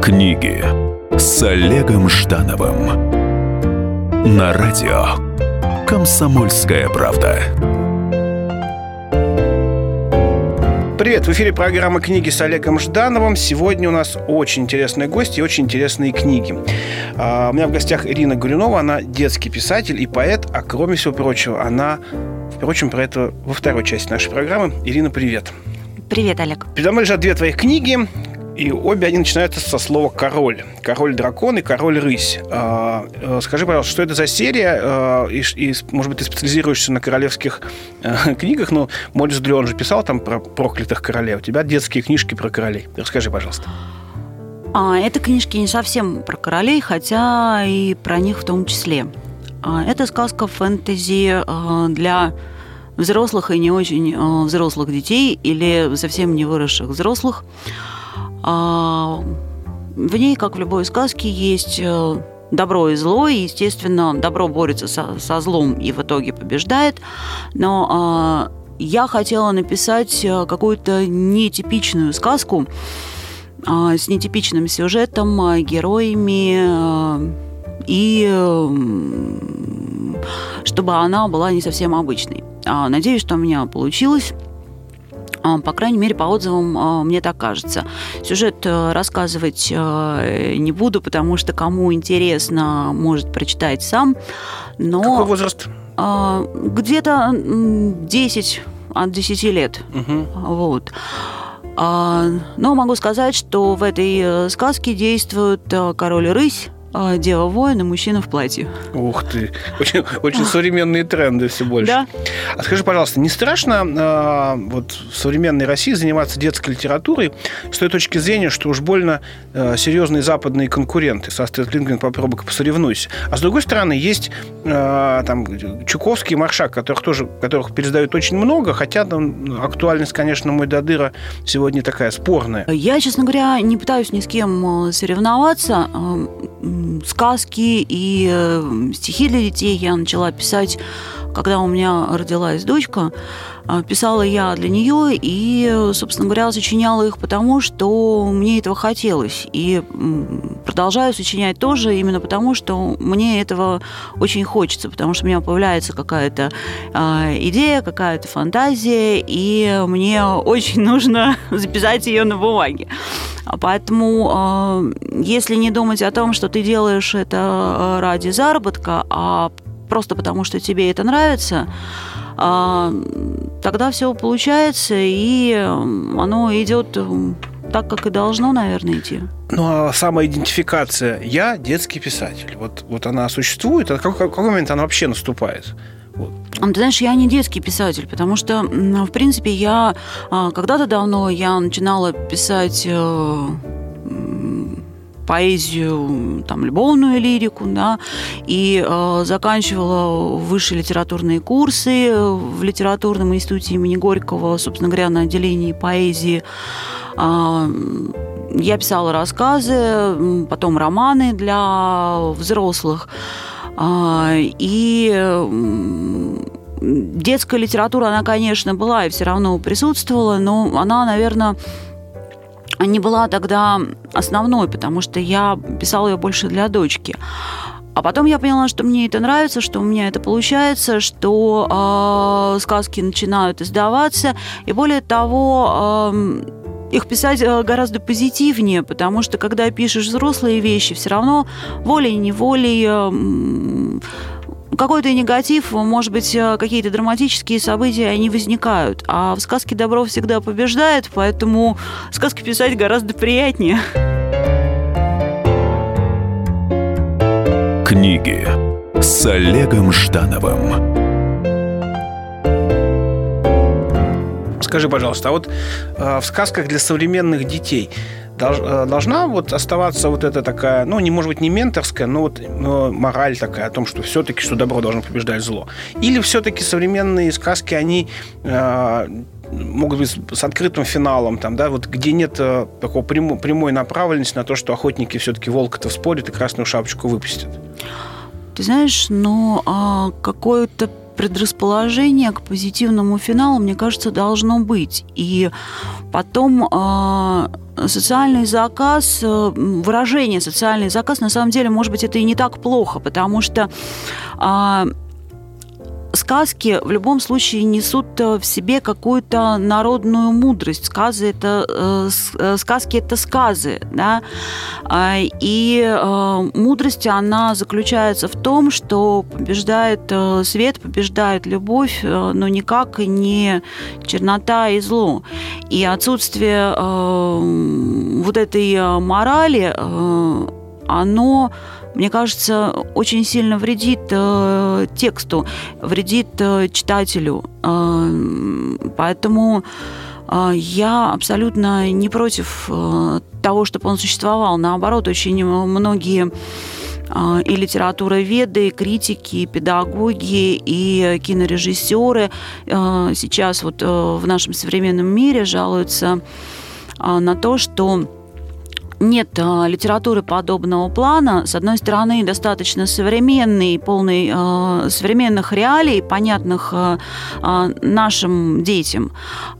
Книги с Олегом Ждановым на радио «Комсомольская правда». Привет, в эфире программа «Книги с Олегом Ждановым». Сегодня у нас очень интересные гости и очень интересные книги. У меня в гостях Ирина Горюнова, она детский писатель и поэт, а кроме всего прочего, она, впрочем, про это во второй части нашей программы. Ирина, привет. Привет, Олег. Передо мной лежат две твоих книги, и обе они начинаются со слова «король». «Король-дракон» и «Король-рысь». Скажи, пожалуйста, что это за серия? И, может быть, ты специализируешься на королевских книгах, но Морис Дрю, он же писал там про проклятых королей. У тебя детские книжки про королей. Расскажи, пожалуйста. Это книжки не совсем про королей, хотя и про них в том числе. Это сказка фэнтези для взрослых и не очень взрослых детей или совсем не выросших взрослых. В ней, как в любой сказке, есть добро и зло, и, естественно, добро борется со злом и в итоге побеждает. Но я хотела написать какую-то нетипичную сказку с нетипичным сюжетом, героями, и чтобы она была не совсем обычной. Надеюсь, что у меня получилось. По крайней мере, по отзывам мне так кажется. Сюжет рассказывать не буду, потому что кому интересно, может прочитать сам. Но какой возраст? Где-то 10 от 10 лет. Угу. Вот. Но могу сказать, что в этой сказке действуют король и рысь, дева-воин и мужчина в платье. Ух ты! Очень, очень современные тренды все больше. Да. А скажи, пожалуйста, не страшно вот в современной России заниматься детской литературой с той точки зрения, что уж больно серьезные западные конкуренты? Со Астрид Линдгрен попробуй-ка посоревнуйся. А с другой стороны, есть там Чуковский и Маршак, которых пересдают очень много, хотя там актуальность, конечно, мой до дыра сегодня такая спорная. Я, честно говоря, не пытаюсь ни с кем соревноваться. Сказки и стихи для детей я начала писать, когда у меня родилась дочка. Писала я для нее и, собственно говоря, сочиняла их потому, что мне этого хотелось. И продолжаю сочинять тоже именно потому, что мне этого очень хочется, потому что у меня появляется какая-то идея, какая-то фантазия, и мне очень нужно записать ее на бумаге. Поэтому, если не думать о том, что ты делаешь это ради заработка, а просто потому, что тебе это нравится, тогда все получается, и оно идет так, как и должно, наверное, идти. Ну, а самоидентификация «я детский писатель», вот она существует? А в какой момент она вообще наступает? Вот. Ты знаешь, я не детский писатель, потому что, в принципе, я когда-то давно я начинала писать поэзию, там, любовную лирику, да, и заканчивала высшие литературные курсы в литературном институте имени Горького, собственно говоря, на отделении поэзии. Я писала рассказы, потом романы для взрослых. И детская литература, она, конечно, была и все равно присутствовала, но она, наверное, не была тогда основной, потому что я писала ее больше для дочки. А потом я поняла, что мне это нравится, что у меня это получается, что сказки начинают издаваться, и более того, их писать гораздо позитивнее, потому что, когда пишешь взрослые вещи, все равно волей-неволей какой-то негатив, может быть, какие-то драматические события, они возникают. А в сказке добро всегда побеждает, поэтому сказки писать гораздо приятнее. Книги с Олегом Ждановым. Скажи, пожалуйста, а вот в сказках для современных детей должна вот оставаться вот эта такая, ну, не, может быть, не менторская, но мораль такая о том, что все-таки, что добро должно побеждать зло? Или все-таки современные сказки, они могут быть с открытым финалом, там, да, вот где нет такой прямой направленности на то, что охотники все-таки волка-то вспорят и красную шапочку выпустят? Ты знаешь, какое-то предрасположение к позитивному финалу, мне кажется, должно быть. И потом социальный заказ, выражение «социальный заказ», на самом деле, может быть, это и не так плохо, потому что сказки в любом случае несут в себе какую-то народную мудрость. Сказки – это сказы, да? И мудрость, она заключается в том, что побеждает свет, побеждает любовь, но никак не чернота и зло. И отсутствие вот этой морали, оно, мне кажется, очень сильно вредит тексту, вредит читателю. Поэтому я абсолютно не против того, чтобы он существовал. Наоборот, очень многие и литературоведы, и критики, и педагоги, и кинорежиссеры сейчас вот в нашем современном мире жалуются на то, что нет литературы подобного плана. С одной стороны, достаточно современный, полный современных реалий, понятных нашим детям.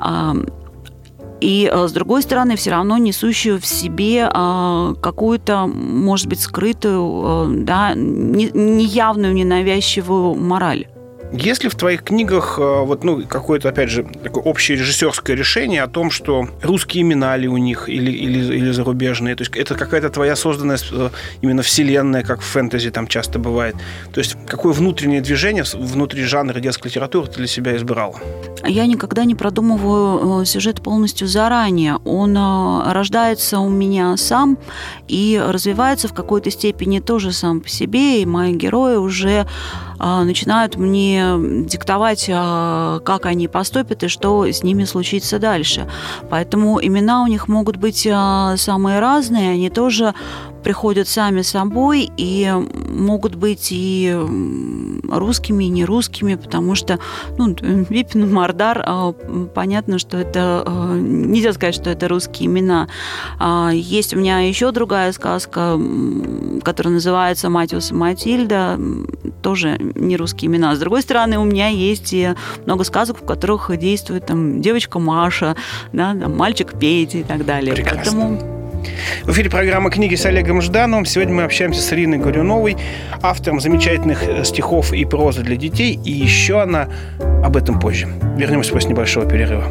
И, с другой стороны, все равно несущую в себе какую-то, может быть, скрытую, да, неявную, ненавязчивую мораль. Есть ли в твоих книгах вот, какое-то, опять же, такое общее режиссерское решение о том, что русские имена ли у них или зарубежные? То есть это какая-то твоя созданная именно вселенная, как в фэнтези там часто бывает? То есть какое внутреннее движение внутри жанра детской литературы ты для себя избрала? Я никогда не продумываю сюжет полностью заранее. Он рождается у меня сам и развивается в какой-то степени тоже сам по себе, и мои герои уже начинают мне диктовать, как они поступят и что с ними случится дальше. Поэтому имена у них могут быть самые разные, они тоже приходят сами собой и могут быть и русскими, и нерусскими, потому что Випин, Мардар, понятно, что это нельзя сказать, что это русские имена. Есть у меня еще другая сказка, которая называется «Матиус и Матильда», тоже не русские имена. С другой стороны, у меня есть и много сказок, в которых действует там девочка Маша, да, там, мальчик Петя и так далее. Прекрасно. Поэтому... В эфире программа «Книги» с Олегом Ждановым. Сегодня мы общаемся с Ириной Горюновой, автором замечательных стихов и прозы для детей. И еще она об этом позже. Вернемся после небольшого перерыва.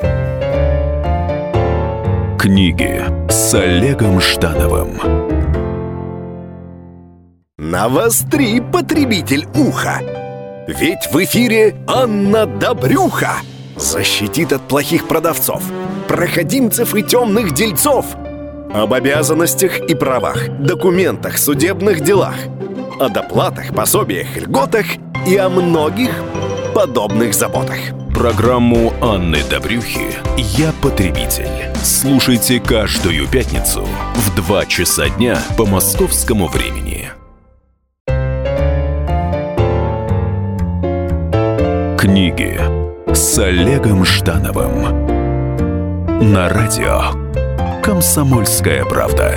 Книги с Олегом Ждановым. Навостри, потребитель, уха! Ведь в эфире Анна Добрюха защитит от плохих продавцов, проходимцев и темных дельцов. Об обязанностях и правах, документах, судебных делах, о доплатах, пособиях, льготах и о многих подобных заботах. Программу Анны Добрюхи «Я потребитель». Слушайте каждую пятницу в 2 часа дня по московскому времени. Книги с Олегом Ждановым на радио «Комсомольская правда».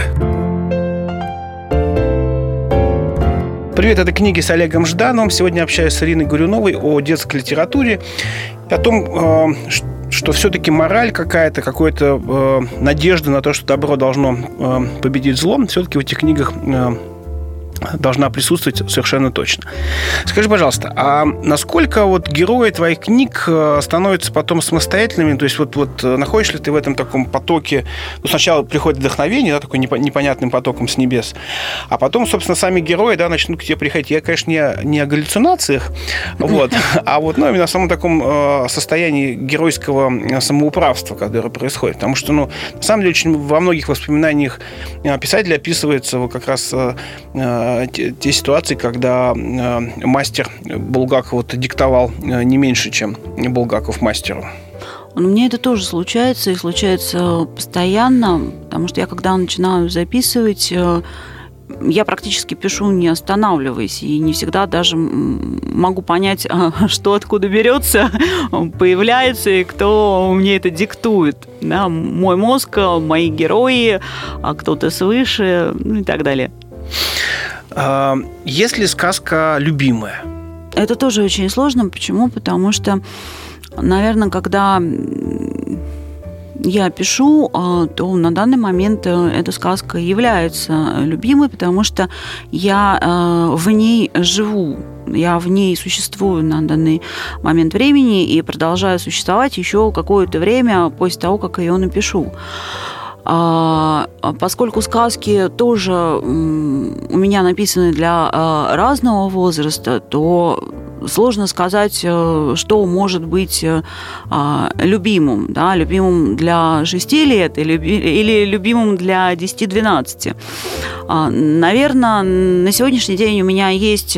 Привет, это «Книги с Олегом Ждановым». Сегодня общаюсь с Ириной Горюновой о детской литературе, о том, что все-таки мораль какая-то, какая-то надежда на то, что добро должно победить зло, все-таки в этих книгах должна присутствовать совершенно точно. Скажи, пожалуйста, а насколько вот герои твоих книг становятся потом самостоятельными? То есть вот находишь ли ты в этом таком потоке... сначала приходит вдохновение, да, такой непонятным потоком с небес, а потом, собственно, сами герои, да, начнут к тебе приходить. Я, конечно, не о галлюцинациях, вот, а вот, именно о самом таком состоянии геройского самоуправства, которое происходит. Потому что, на самом деле, очень во многих воспоминаниях писателя описывается вот как раз те ситуации, когда мастер Булгаков диктовал не меньше, чем Булгаков мастеру. Мне это тоже случается, и случается постоянно, потому что я, когда начинаю записывать, я практически пишу, не останавливаясь, и не всегда даже могу понять, что откуда берется, появляется, и кто мне это диктует. Да, мой мозг, мои герои, кто-то свыше, и так далее. Есть ли сказка любимая? Это тоже очень сложно. Почему? Потому что, наверное, когда я пишу, то на данный момент эта сказка является любимой, потому что я в ней живу, я в ней существую на данный момент времени и продолжаю существовать еще какое-то время после того, как ее напишу. Поскольку сказки тоже у меня написаны для разного возраста, то сложно сказать, что может быть любимым, да, любимым для 6 лет или любимым для 10-12. Наверное, на сегодняшний день у меня есть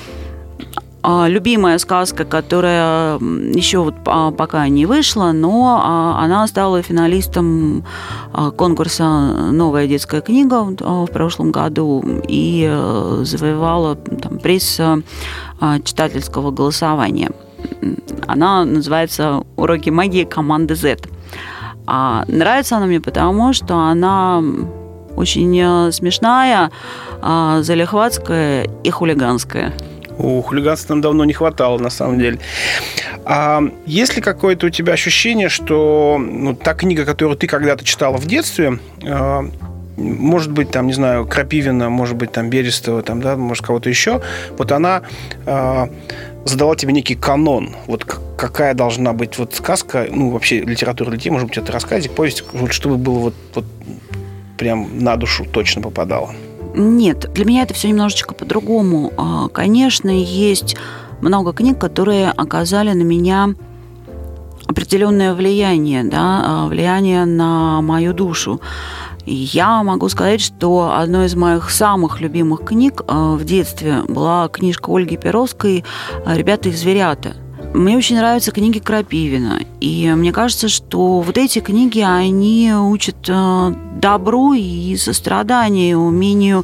любимая сказка, которая еще вот пока не вышла, но она стала финалистом конкурса «Новая детская книга» в прошлом году и завоевала там приз читательского голосования. Она называется «Уроки магии команды Z». Нравится она мне потому, что она очень смешная, залихватская и хулиганская. Хулиганства нам давно не хватало, на самом деле. А есть ли какое-то у тебя ощущение, что та книга, которую ты когда-то читала в детстве, может быть, там, не знаю, Крапивина, может быть, там, Берестова, там, да, может, кого-то еще, вот она задала тебе некий канон, вот какая должна быть вот сказка, вообще литература для детей, может быть, это рассказик, повесть, вот, чтобы было вот прям на душу точно попадало. Нет, для меня это все немножечко по-другому. Конечно, есть много книг, которые оказали на меня определенное влияние, да, влияние на мою душу. И я могу сказать, что одной из моих самых любимых книг в детстве была книжка Ольги Перовской «Ребята и зверята». Мне очень нравятся книги Крапивина. И мне кажется, что вот эти книги, они учат добру и состраданию, умению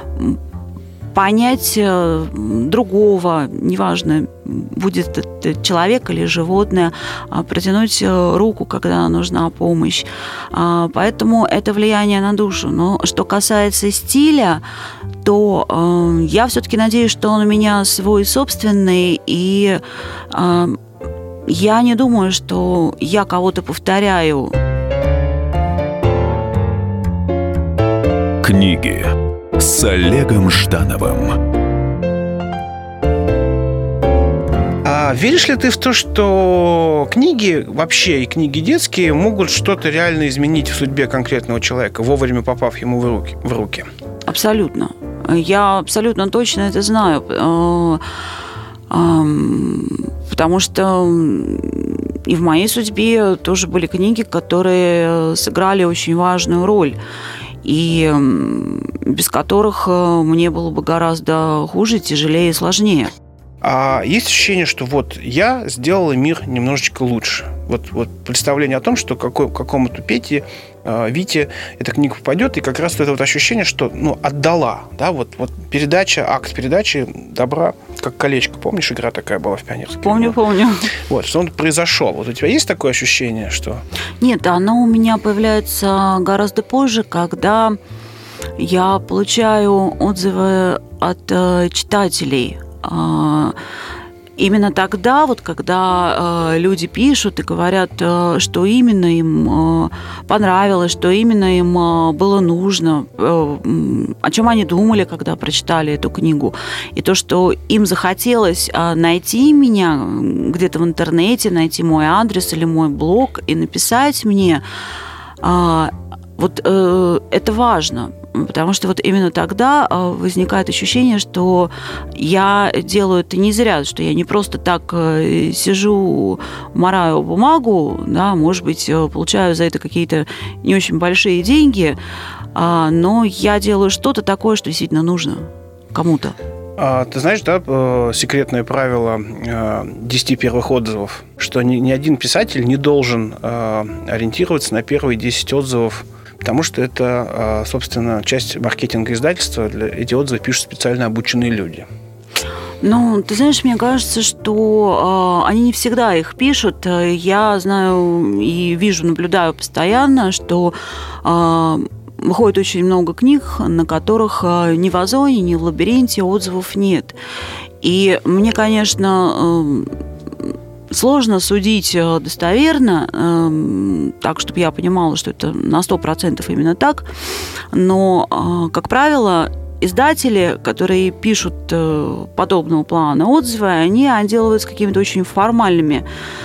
понять другого, неважно, будет это человек или животное, протянуть руку, когда нужна помощь. Поэтому это влияние на душу. Но что касается стиля, то я все-таки надеюсь, что он у меня свой собственный, и я не думаю, что я кого-то повторяю. Книги с Олегом Ждановым. А веришь ли ты в то, что книги вообще и книги детские могут что-то реально изменить в судьбе конкретного человека, вовремя попав ему в руки? Абсолютно. Я абсолютно точно это знаю. Потому что и в моей судьбе тоже были книги, которые сыграли очень важную роль, и без которых мне было бы гораздо хуже, тяжелее и сложнее. А есть ощущение, что вот я сделала мир немножечко лучше. Вот представление о том, что какому-то Пете, Вите эта книга попадет, и как раз это вот ощущение, что отдала, да, вот акт передачи добра, как колечко. Помнишь, игра такая была в Пионерской? Помню. Вот, что он произошел. Вот у тебя есть такое ощущение, что... Нет, оно у меня появляется гораздо позже, когда я получаю отзывы от читателей. Именно тогда, вот, когда люди пишут и говорят, что именно им понравилось, что именно им было нужно, о чем они думали, когда прочитали эту книгу, и то, что им захотелось найти меня где-то в интернете, найти мой адрес или мой блог и написать мне, вот это важно. Потому что вот именно тогда возникает ощущение, что я делаю это не зря, что я не просто так сижу, мараю бумагу, да, может быть, получаю за это какие-то не очень большие деньги, но я делаю что-то такое, что действительно нужно кому-то. Ты знаешь, да, секретное правило 10 первых отзывов, что ни один писатель не должен ориентироваться на первые 10 отзывов, потому что это, собственно, часть маркетинга издательства. Эти отзывы пишут специально обученные люди. Ты знаешь, мне кажется, что они не всегда их пишут. Я знаю и вижу, наблюдаю постоянно, что выходит очень много книг, на которых ни в Озоне, ни в Лабиринте отзывов нет. И мне, конечно, сложно судить достоверно, так, чтобы я понимала, что это на 100% именно так. Но, как правило, издатели, которые пишут подобного плана отзывы, они отделываются какими-то очень формальными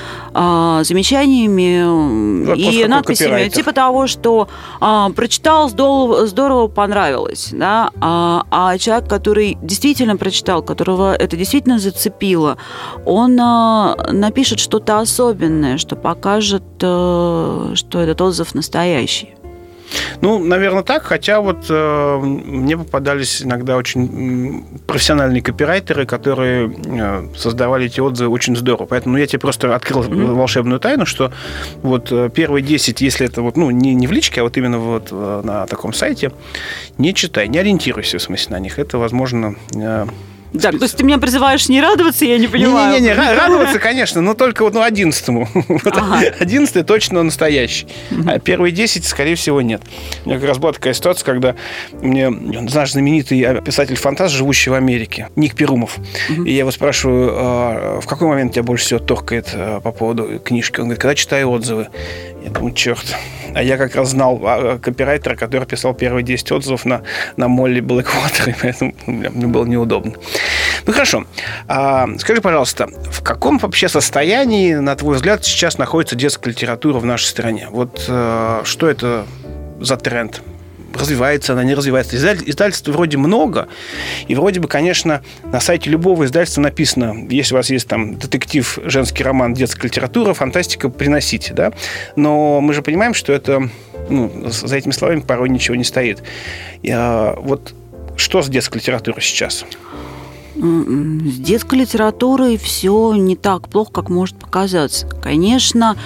замечаниями и надписями, типа того, что прочитал, здорово понравилось, да? А человек, который действительно прочитал, которого это действительно зацепило, он напишет что-то особенное, что покажет, что этот отзыв настоящий. Ну, наверное, так, хотя вот мне попадались иногда очень профессиональные копирайтеры, которые создавали эти отзывы очень здорово. Поэтому я тебе просто открыл волшебную тайну, что вот первые 10, если это вот, не в личке, а вот именно вот на таком сайте, не читай, не ориентируйся, в смысле, на них. Это, возможно... Так, то есть ты меня призываешь не радоваться, я не понимаю. Не, радоваться, конечно, но только вот 11-му. 11-й точно настоящий. А первые 10, скорее всего, нет. У меня как раз была такая ситуация, когда мне наш знаменитый писатель-фантаст, живущий в Америке, Ник Перумов, и я его спрашиваю, в какой момент тебя больше всего торкает по поводу книжки? Он говорит, когда читаю отзывы. Я думаю, черт. А я как раз знал копирайтера, который писал первые 10 отзывов на Молли Блэквотер, и поэтому мне было неудобно. Ну, хорошо. Скажи, пожалуйста, в каком вообще состоянии, на твой взгляд, сейчас находится детская литература в нашей стране? Вот что это за тренд? Развивается она, не развивается? Издательств вроде много, и вроде бы, конечно, на сайте любого издательства написано, если у вас есть там детектив, женский роман, детская литература, фантастика, приносите, да? Но мы же понимаем, что это, за этими словами порой ничего не стоит. Вот что с детской литературой сейчас? С детской литературой все не так плохо, как может показаться. Конечно,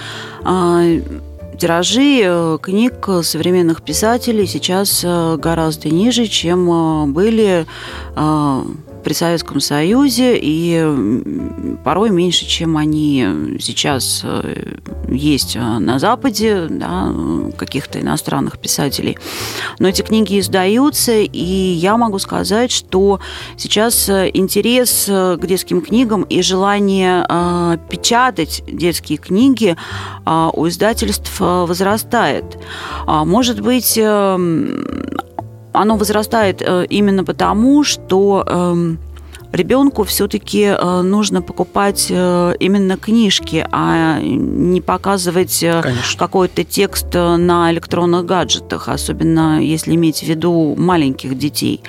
тиражи книг современных писателей сейчас гораздо ниже, чем были при Советском Союзе, и порой меньше, чем они сейчас есть на Западе, да, каких-то иностранных писателей. Но эти книги издаются, и я могу сказать, что сейчас интерес к детским книгам и желание печатать детские книги у издательств возрастает. Может быть, оно возрастает именно потому, что ребенку все-таки нужно покупать именно книжки, а не показывать какой-то текст на электронных гаджетах, особенно если иметь в виду маленьких детей.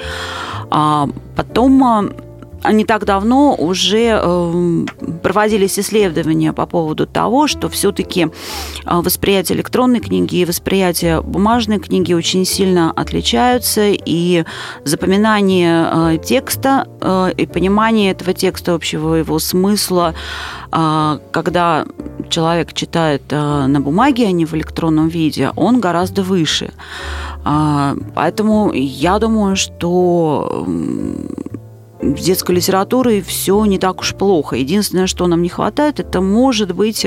Потом не так давно уже проводились исследования по поводу того, что все-таки восприятие электронной книги и восприятие бумажной книги очень сильно отличаются, и запоминание текста и понимание этого текста, общего его смысла, когда человек читает на бумаге, а не в электронном виде, он гораздо выше. Поэтому я думаю, что с детской литературой все не так уж плохо. Единственное, что нам не хватает, это, может быть,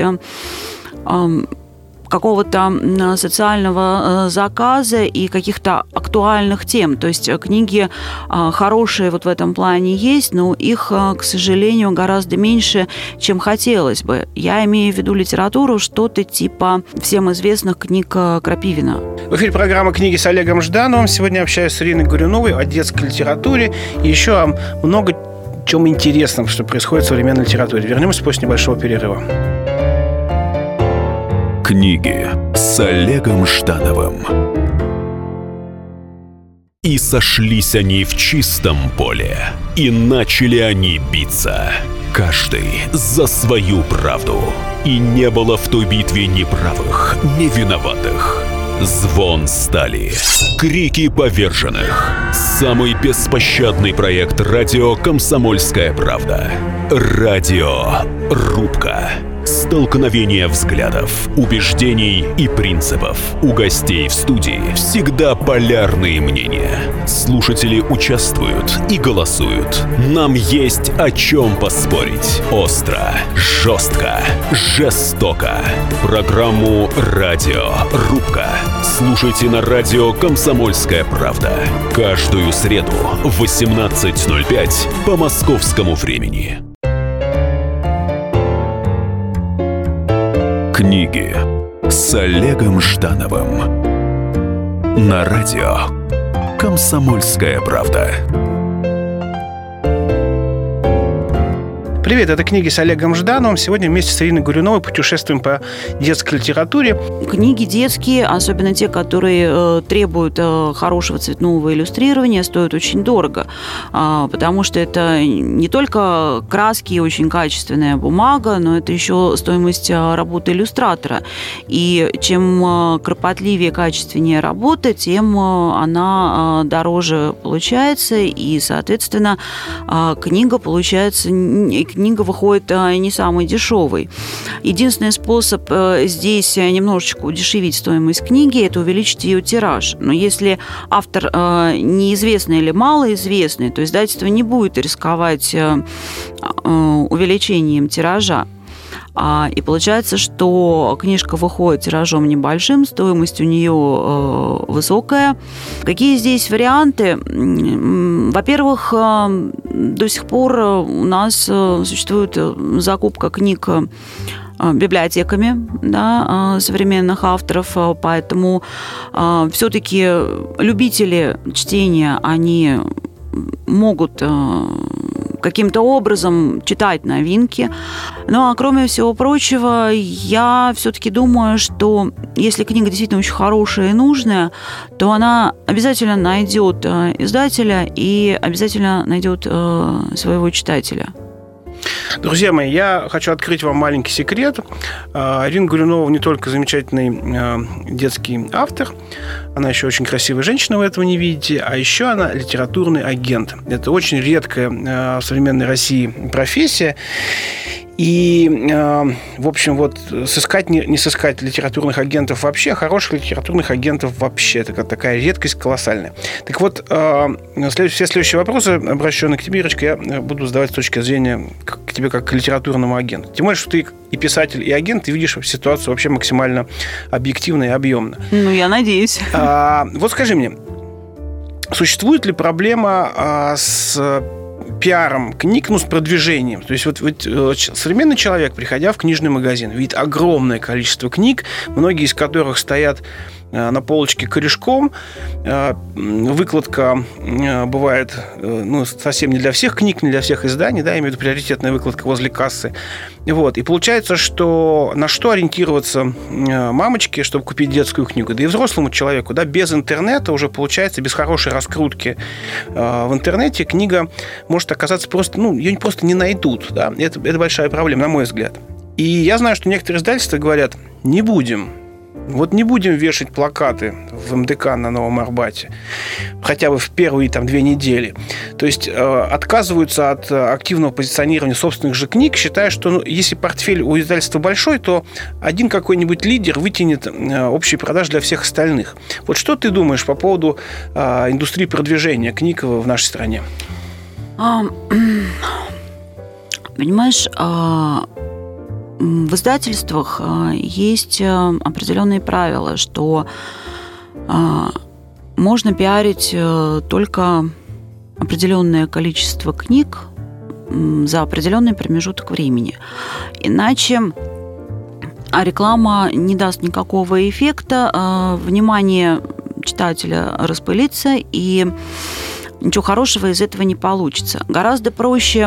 какого-то социального заказа и каких-то актуальных тем. То есть книги хорошие вот в этом плане есть, но их, к сожалению, гораздо меньше, чем хотелось бы. Я имею в виду литературу, что-то типа всем известных книг Крапивина. В эфире программа «Книги» с Олегом Ждановым. Сегодня общаюсь с Ириной Горюновой о детской литературе и еще о много чем интересном, что происходит в современной литературе. Вернемся после небольшого перерыва. Книги с Олегом Ждановым. И сошлись они в чистом поле, и начали они биться, каждый за свою правду. И не было в той битве ни правых, ни виноватых. Звон стали, крики поверженных. Самый беспощадный проект радио «Комсомольская правда». Радиорубка. Столкновение взглядов, убеждений и принципов. У гостей в студии всегда полярные мнения. Слушатели участвуют и голосуют. Нам есть о чем поспорить. Остро, жестко, жестоко. Программу «Радио Рубка» слушайте на радио «Комсомольская правда». Каждую среду в 18:05 по московскому времени. Книги с Олегом Ждановым на радио «Комсомольская правда». Привет, это «Книги с Олегом Ждановым». Сегодня вместе с Ириной Горюновой путешествуем по детской литературе. Книги детские, особенно те, которые требуют хорошего цветного иллюстрирования, стоят очень дорого, потому что это не только краски и очень качественная бумага, но это еще стоимость работы иллюстратора. И чем кропотливее, качественнее работа, тем она дороже получается, и, соответственно, книга выходит не самый дешевый. Единственный способ здесь немножечко удешевить стоимость книги – это увеличить ее тираж. Но если автор неизвестный или малоизвестный, то издательство не будет рисковать увеличением тиража. И получается, что книжка выходит тиражом небольшим, стоимость у нее высокая. Какие здесь варианты? Во-первых, до сих пор у нас существует закупка книг библиотеками, да, современных авторов, поэтому все-таки любители чтения, они могут каким-то образом читать новинки. Ну, а кроме всего прочего, я все-таки думаю, что если книга действительно очень хорошая и нужная, то она обязательно найдет издателя и обязательно найдет своего читателя. Друзья мои, я хочу открыть вам маленький секрет. Ирина Горюнова не только замечательный детский автор, она еще очень красивая женщина, вы этого не видите, а еще она литературный агент. Это очень редкая в современной России профессия. И, в общем, вот сыскать, не сыскать литературных агентов вообще, а хороших литературных агентов вообще. Это такая редкость колоссальная. Так вот, все следующие вопросы, обращенные к тебе, Ирочка, я буду задавать с точки зрения к тебе как к литературному агенту. Тем более, что ты и писатель, и агент, ты видишь ситуацию вообще максимально объективно и объемно. Ну, я надеюсь. Вот скажи мне, существует ли проблема с пиаром книг, с продвижением? То есть вот современный человек, приходя в книжный магазин, видит огромное количество книг, многие из которых стоят на полочке корешком. Выкладка бывает совсем не для всех книг, не для всех изданий, да, я имею в виду приоритетная выкладка возле кассы. Вот. И получается, что на что ориентироваться мамочке, чтобы купить детскую книгу, да и взрослому человеку, да, без интернета уже получается, без хорошей раскрутки в интернете книга может оказаться просто, ее просто не найдут, да, это большая проблема, на мой взгляд. И я знаю, что некоторые издательства говорят, не будем вешать плакаты в МДК на Новом Арбате хотя бы в первые 2 недели. То есть отказываются от активного позиционирования собственных же книг, считая, что если портфель у издательства большой, то один какой-нибудь лидер вытянет общие продажи для всех остальных. Вот что ты думаешь по поводу индустрии продвижения книг в нашей стране? Понимаешь, в издательствах есть определенные правила, что можно пиарить только определенное количество книг за определенный промежуток времени. Иначе реклама не даст никакого эффекта, внимание читателя распылится, и ничего хорошего из этого не получится. Гораздо проще,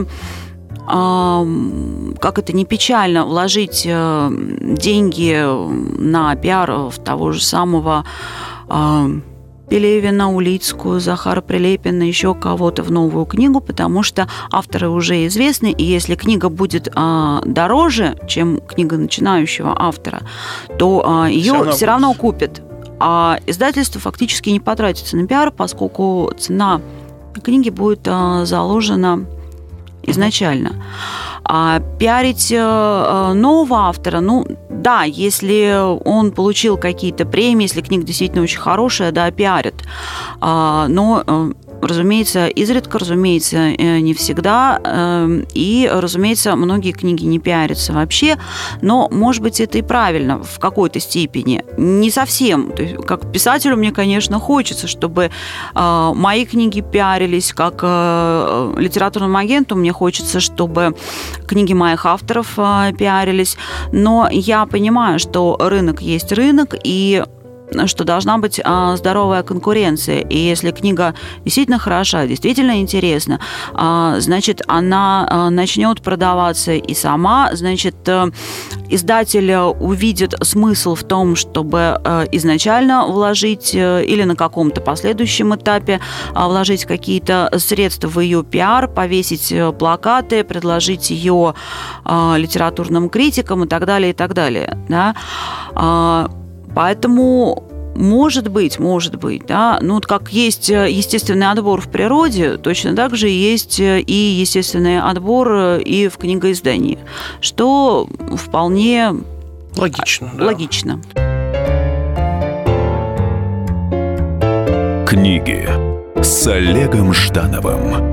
как это ни печально, вложить деньги на пиар в того же самого Пелевина, Улицкую, Захара Прилепина, еще кого-то в новую книгу, потому что авторы уже известны, и если книга будет дороже, чем книга начинающего автора, то ее все равно купят. А издательство фактически не потратится на пиар, поскольку цена книги будет заложена изначально. А пиарить нового автора, да, если он получил какие-то премии, если книга действительно очень хорошая, да, пиарят. Но, разумеется, изредка, разумеется, не всегда. И, разумеется, многие книги не пиарятся вообще. Но, может быть, это и правильно в какой-то степени. Не совсем. То есть, как писателю мне, конечно, хочется, чтобы мои книги пиарились. Как литературному агенту мне хочется, чтобы книги моих авторов пиарились. Но я понимаю, что рынок есть рынок, и что должна быть здоровая конкуренция. И если книга действительно хороша, действительно интересна, значит, она начнет продаваться и сама, значит, издатель увидит смысл в том, чтобы изначально вложить или на каком-то последующем этапе вложить какие-то средства в ее пиар, повесить плакаты, предложить ее литературным критикам и так далее, и так далее. Да? Поэтому, может быть, да, как есть естественный отбор в природе, точно так же есть и естественный отбор и в книгоиздании, что вполне логично. Да. Логично. Книги с Олегом Ждановым.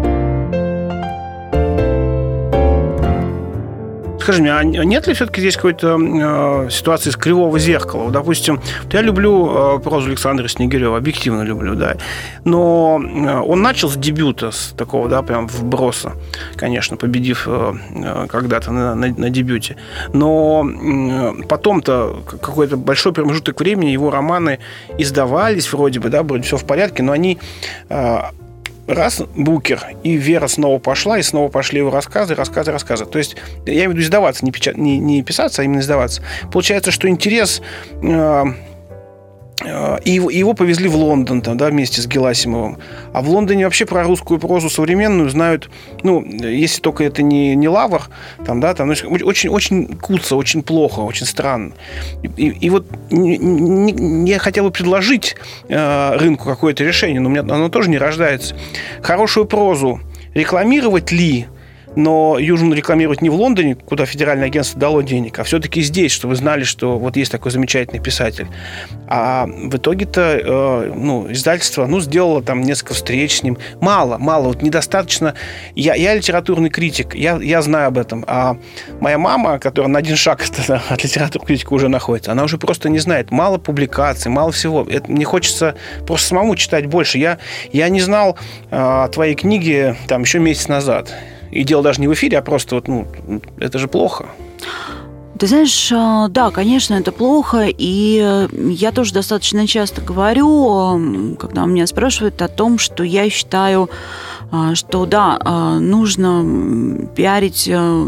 Скажи мне, а нет ли все-таки здесь какой-то ситуации с кривого зеркала? Допустим, я люблю прозу Александра Снегирева, объективно люблю, да. Но он начал с дебюта, с такого, да, прям вброса, конечно, победив когда-то на дебюте. Но потом-то какой-то большой промежуток времени его романы издавались вроде бы, да, вроде все в порядке, но они... Раз Букер, и Вера снова пошла, и снова пошли его рассказы. То есть, я имею в виду издаваться, не писаться, а именно издаваться. Получается, что интерес... И его повезли в Лондон там, да, вместе с Геласимовым. А в Лондоне вообще про русскую прозу современную знают, если только это не Лавр, там, да, там очень куца, очень плохо, очень странно. И вот я хотел бы предложить рынку какое-то решение, но у меня оно тоже не рождается. Хорошую прозу рекламировать ли? Но Южину рекламировать не в Лондоне, куда федеральное агентство дало денег, а все-таки здесь, чтобы вы знали, что вот есть такой замечательный писатель. А в итоге-то издательство сделало там несколько встреч с ним. Мало, вот недостаточно. Я литературный критик, я знаю об этом. А моя мама, которая на один шаг от литературного критика уже находится, она уже просто не знает. Мало публикаций, мало всего. Мне хочется просто самому читать больше. Я не знал твоей книги там еще месяц назад. И дело даже не в эфире, а просто это же плохо. Ты знаешь, да, конечно, это плохо, и я тоже достаточно часто говорю, когда меня спрашивают о том, что я считаю, что да, нужно пиарить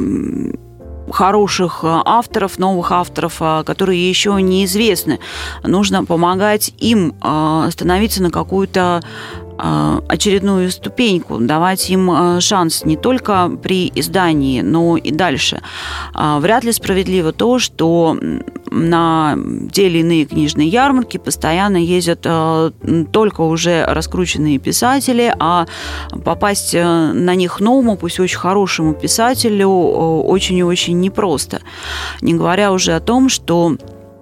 хороших авторов, новых авторов, которые еще неизвестны. Нужно помогать им становиться на какую-то очередную ступеньку, давать им шанс не только при издании, но и дальше. Вряд ли справедливо то, что на те или иные книжные ярмарки постоянно ездят только уже раскрученные писатели, а попасть на них новому, пусть очень хорошему писателю очень и очень непросто. Не говоря уже о том, что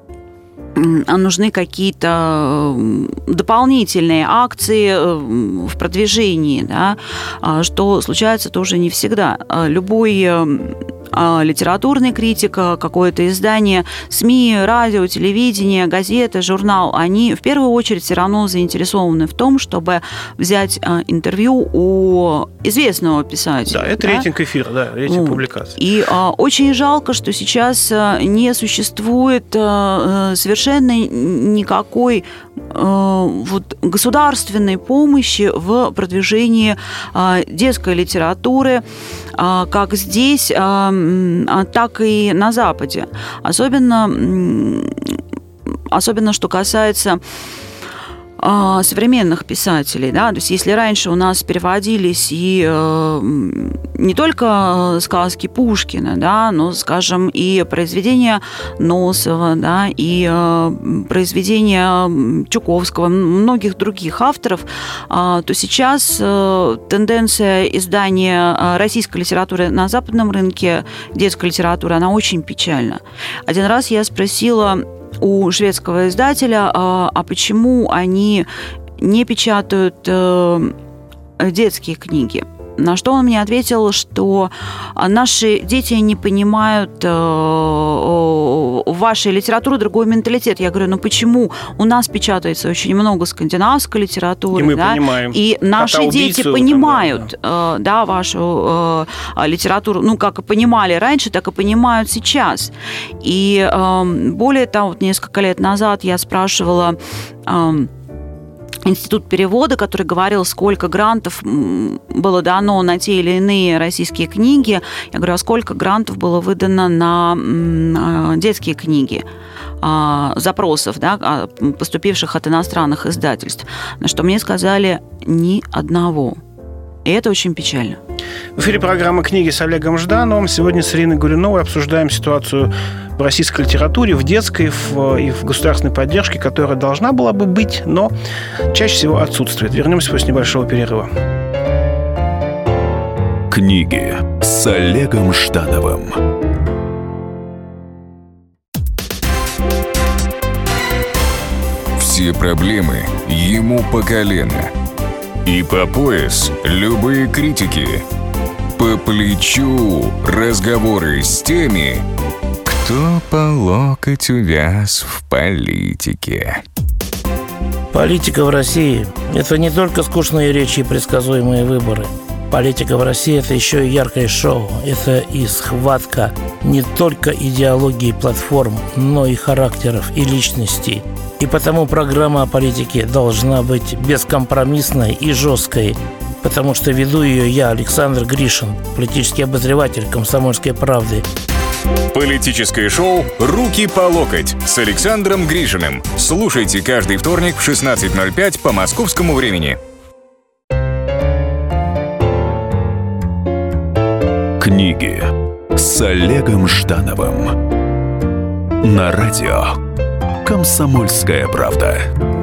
нужны какие-то дополнительные акции в продвижении, да, что случается тоже не всегда. Любой литературный критик, какое-то издание, СМИ, радио, телевидение, газеты, журнал, они в первую очередь все равно заинтересованы в том, чтобы взять интервью у известного писателя. Да, это рейтинг эфира, да, рейтинг публикаций. И очень жалко, что сейчас не существует совершенно никакой государственной помощи в продвижении детской литературы, как здесь, так и на Западе. Особенно что касается современных писателей, да, то есть если раньше у нас переводились и не только сказки Пушкина, да, но, скажем, и произведения Носова, да, и произведения Чуковского, многих других авторов, то сейчас тенденция издания российской литературы на западном рынке, детской литературы, она очень печальна. Один раз я спросила у шведского издателя, а почему они не печатают детские книги. На что он мне ответил, что наши дети не понимают вашей литературы, другой менталитет. Я говорю, почему? У нас печатается очень много скандинавской литературы, и мы да, понимаем. И наши дети понимают вашу литературу, как и понимали раньше, так и понимают сейчас. И более того, несколько лет назад я спрашивала Институт перевода, который говорил, сколько грантов было дано на те или иные российские книги. Я говорю, а сколько грантов было выдано на детские книги, запросов, да, поступивших от иностранных издательств. На что мне сказали, ни одного. И это очень печально. В эфире программа «Книги» с Олегом Ждановым. Сегодня с Ириной Горюновой обсуждаем ситуацию в российской литературе, в детской и в государственной поддержке, которая должна была бы быть, но чаще всего отсутствует. Вернемся после небольшого перерыва. «Книги» с Олегом Ждановым. Все проблемы ему по колено. И по пояс любые критики. По плечу разговоры с теми, кто по локоть увяз в политике. Политика в России – это не только скучные речи и предсказуемые выборы. Политика в России – это еще и яркое шоу. Это и схватка не только идеологии платформ, но и характеров и личностей. И потому программа о политике должна быть бескомпромиссной и жесткой, потому что веду ее я, Александр Гришин, политический обозреватель «Комсомольской правды». Политическое шоу «Руки по локоть» с Александром Гришиным. Слушайте каждый вторник в 16:05 по московскому времени. «Книги» с Олегом Ждановым. На радио «Комсомольская правда».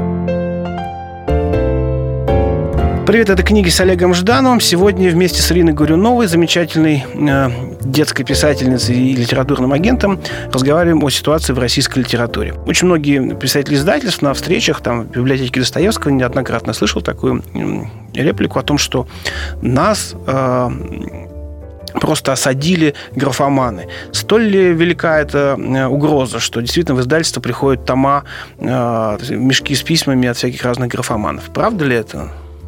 Привет, это «Книги» с Олегом Ждановым. Сегодня вместе с Ириной Горюновой, замечательной детской писательницей и литературным агентом, разговариваем о ситуации в российской литературе. Очень многие писатели издательств на встречах, в библиотеке Достоевского неоднократно слышал такую реплику о том, что нас просто осадили графоманы. Столь ли велика эта угроза, что действительно в издательство приходят тома, мешки с письмами от всяких разных графоманов? Правда ли это?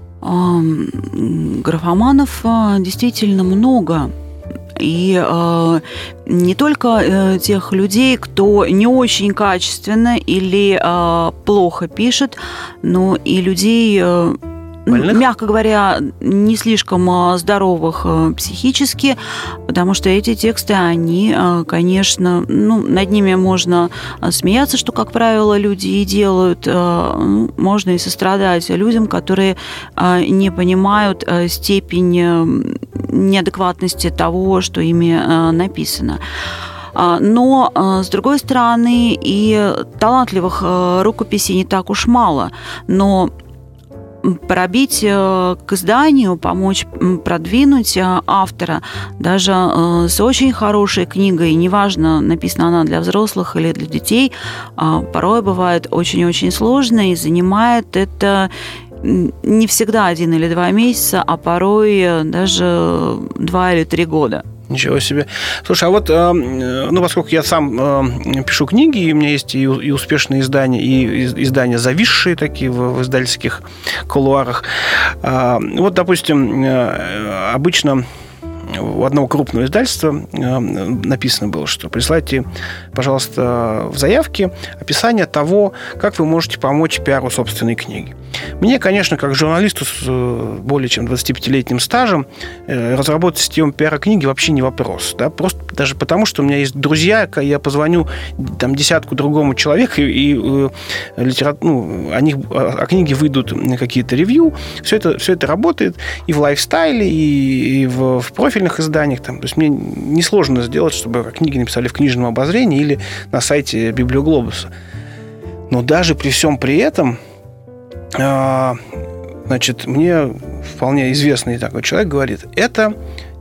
Графоманов действительно много. И не только тех людей, кто не очень качественно или плохо пишет, но и людей, мягко говоря, не слишком здоровых психически, потому что эти тексты, они, конечно, над ними можно смеяться, что, как правило, люди и делают, можно и сострадать людям, которые не понимают степень неадекватности того, что ими написано. Но, с другой стороны, и талантливых рукописей не так уж мало, но пробить к изданию, помочь продвинуть автора даже с очень хорошей книгой, неважно, написана она для взрослых или для детей, порой бывает очень-очень сложно, и занимает это не всегда 1 или 2 месяца, а порой даже 2 или 3 года. Ничего себе. Слушай, а вот, поскольку я сам пишу книги, и у меня есть и успешные издания, и издания зависшие такие в издательских кулуарах. Вот, допустим, обычно у одного крупного издательства написано было, что присылайте, пожалуйста, в заявке описание того, как вы можете помочь пиару собственной книги. Мне, конечно, как журналисту с более чем 25-летним стажем, разработать систему пиара книги вообще не вопрос. Да? Просто даже потому, что у меня есть друзья, я позвоню там, десятку другому человеку, и о книге выйдут какие-то ревью. Все это работает и в лайфстайле, и в профильных изданиях. Там. То есть мне несложно сделать, чтобы книги написали в книжном обозрении или на сайте Библиоглобуса. Но даже при всем при этом, значит, мне вполне известный такой человек говорит, это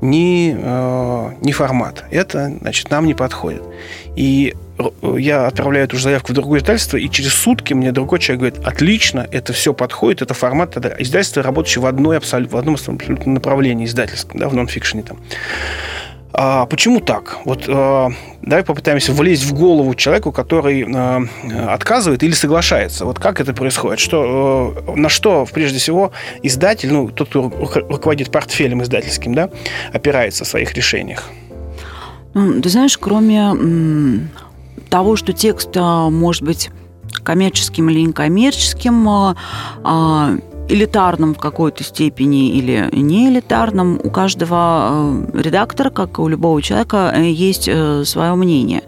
не формат, это, значит, нам не подходит. И я отправляю эту же заявку в другое издательство, и через сутки мне другой человек говорит, отлично, это все подходит, это формат, это издательство, работающее в одном абсолютно направлении издательском, да, в нонфикшене там. Почему так? Вот давай попытаемся влезть в голову человеку, который отказывает или соглашается. Вот как это происходит? На что, прежде всего, издатель, тот, кто руководит портфелем издательским, да, опирается в своих решениях? Ты знаешь, кроме того, что текст может быть коммерческим или некоммерческим, элитарным в какой-то степени или не элитарным, у каждого редактора, как и у любого человека, есть свое мнение.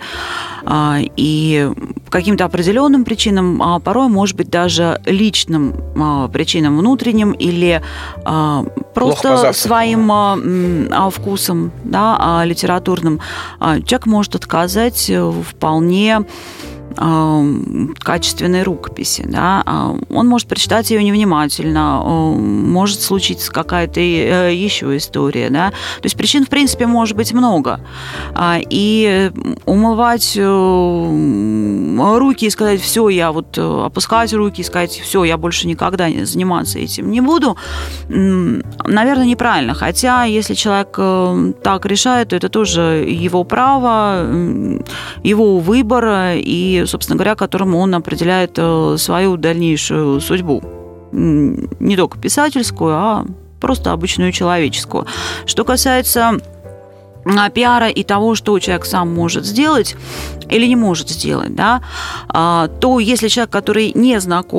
И по каким-то определенным причинам, порой, может быть, даже личным причинам внутренним или просто своим вкусом, да, литературным, человек может отказать вполне качественной рукописи. Да? Он может прочитать ее невнимательно, может случиться какая-то еще история. Да? То есть причин, в принципе, может быть много. И умывать руки и сказать, все, я опускать руки и сказать, все, я больше никогда заниматься этим не буду, наверное, неправильно. Хотя, если человек так решает, то это тоже его право, его выбор и, собственно говоря, которому он определяет свою дальнейшую судьбу. Не только писательскую, а просто обычную человеческую. Что касается пиара и того, что человек сам может сделать или не может сделать, да, то если человек, который не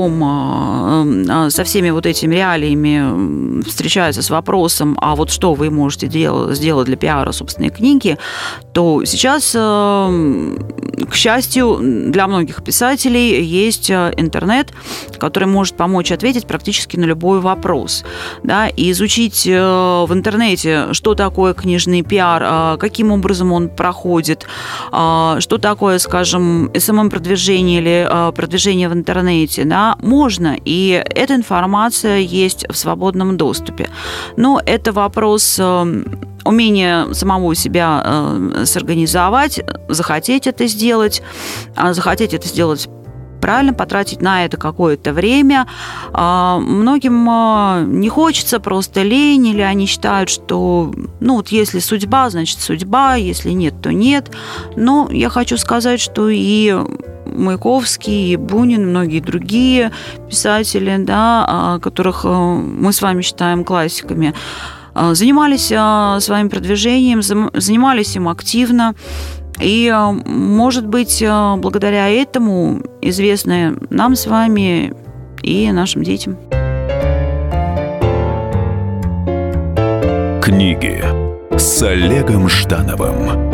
знаком со всеми вот этими реалиями, встречается с вопросом, а вот что вы можете сделать для пиара собственной книги, то сейчас, к счастью, для многих писателей есть интернет, который может помочь ответить практически на любой вопрос. Да, и изучить в интернете, что такое книжный пиар, каким образом он проходит, что такое, скажем, SMM-продвижение или продвижение в интернете, да, можно, и эта информация есть в свободном доступе. Но это вопрос умения самого себя сорганизовать, захотеть это сделать правильно, потратить на это какое-то время. Многим не хочется, просто лень, или они считают, что если судьба, значит судьба, если нет, то нет. Но я хочу сказать, что и Маяковский, и Бунин, многие другие писатели, да, которых мы с вами считаем классиками, занимались своим продвижением, занимались им активно. И, может быть, благодаря этому известны нам с вами и нашим детям. Книги с Олегом Ждановым.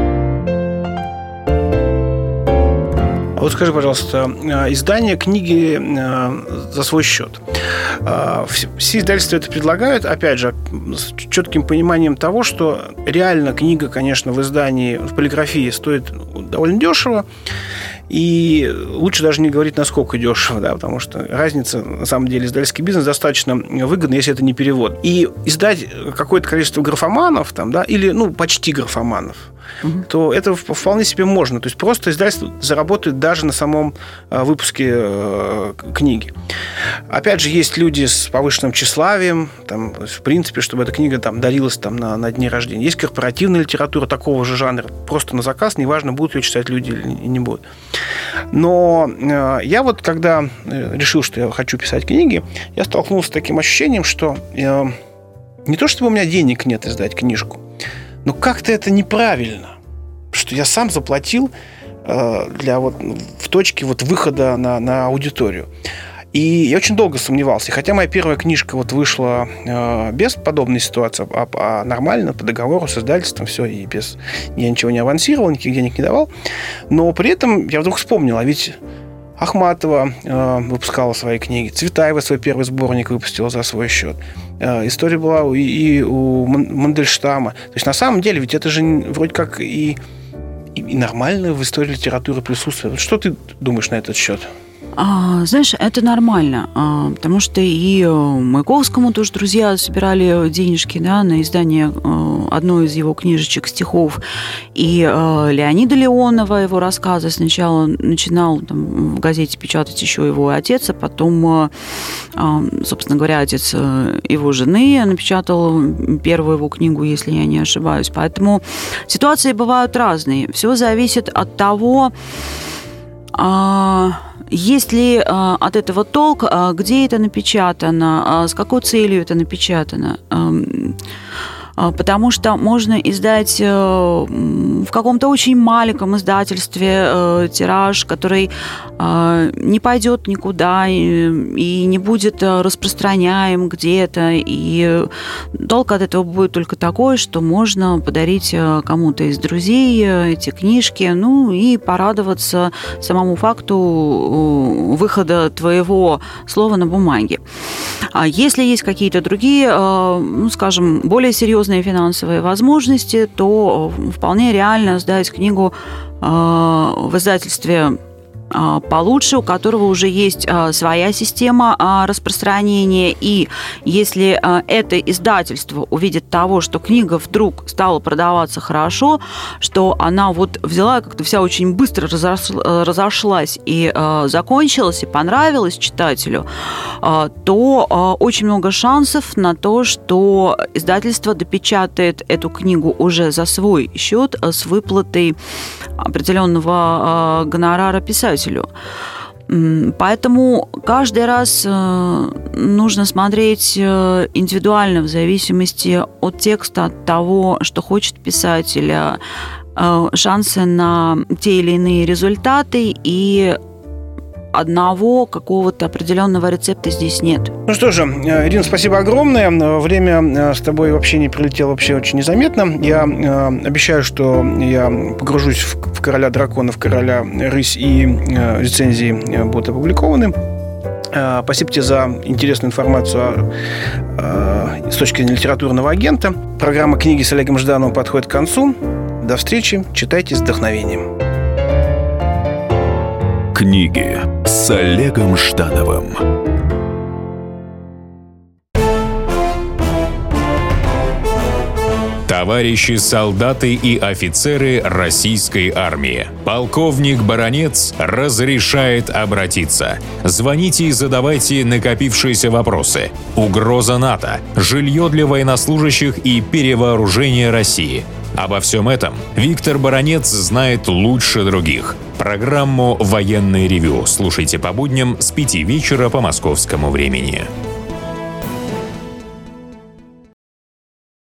Вот скажи, пожалуйста, издание книги за свой счет. Все издательства это предлагают, опять же, с четким пониманием того, что реально книга, конечно, в издании, в полиграфии стоит довольно дешево, и лучше даже не говорить, насколько дешево, да, потому что разница, на самом деле, издательский бизнес достаточно выгодна, если это не перевод. И издать какое-то количество графоманов, там, да, или, почти графоманов, то это вполне себе можно. То есть просто издательство заработает даже на самом выпуске книги. Опять же, есть люди с повышенным тщеславием, там, в принципе, чтобы эта книга там дарилась там, на дни рождения. Есть корпоративная литература такого же жанра, просто на заказ, неважно, будут ее читать люди или не будут. Но я вот, когда решил, что я хочу писать книги, я столкнулся с таким ощущением, что не то, чтобы у меня денег нет издать книжку, Но как-то это неправильно, что я сам заплатил в точке выхода на аудиторию. И я очень долго сомневался. Хотя моя первая книжка вышла без подобной ситуации, а нормально, по договору с издательством, все, и я ничего не авансировал, никаких денег не давал. Но при этом я вдруг вспомнил, а ведь Ахматова выпускала свои книги, Цветаева свой первый сборник выпустила за свой счет. История была и у Мандельштама. То есть, на самом деле, ведь это же вроде как и нормально в истории литературы присутствует. Что ты думаешь на этот счет? Знаешь, это нормально, потому что и Маяковскому тоже друзья собирали денежки, да, на издание одной из его книжечек, стихов, и Леонида Леонова, его рассказы, сначала начинал в газете печатать еще его отец, а потом, собственно говоря, отец его жены напечатал первую его книгу, если я не ошибаюсь. Поэтому ситуации бывают разные. Все зависит от того, есть ли от этого толк, где это напечатано, с какой целью это напечатано. Потому что можно издать в каком-то очень маленьком издательстве тираж, который не пойдет никуда и не будет распространяем где-то. И толк от этого будет только такой, что можно подарить кому-то из друзей эти книжки, и порадоваться самому факту выхода твоего слова на бумаге. А если есть какие-то другие, скажем, более серьезные финансовые возможности, то вполне реально сдать книгу в издательстве получше, у которого уже есть своя система распространения. И если это издательство увидит того, что книга вдруг стала продаваться хорошо, что она взяла как-то вся очень быстро разошлась и закончилась, и понравилась читателю, то очень много шансов на то, что издательство допечатает эту книгу уже за свой счет с выплатой определенного гонорара писателю. Поэтому каждый раз нужно смотреть индивидуально в зависимости от текста, от того, что хочет писатель, шансы на те или иные результаты, и одного какого-то определенного рецепта здесь нет. Ну что же, Ирина, спасибо огромное. Время с тобой вообще не пролетело вообще очень незаметно. Я обещаю, что я погружусь в «Короля драконов», «Короля рысь», и рецензии будут опубликованы. Спасибо тебе за интересную информацию с точки зрения литературного агента. Программа «Книги» с Олегом Ждановым подходит к концу. До встречи. Читайте с вдохновением. Книги с Олегом Ждановым. Товарищи солдаты и офицеры российской армии. Полковник Баранец разрешает обратиться. Звоните и задавайте накопившиеся вопросы. Угроза НАТО, жилье для военнослужащих и перевооружение России. Обо всем этом Виктор Баранец знает лучше других. Программу «Военное ревю» слушайте по будням с 5 вечера по московскому времени.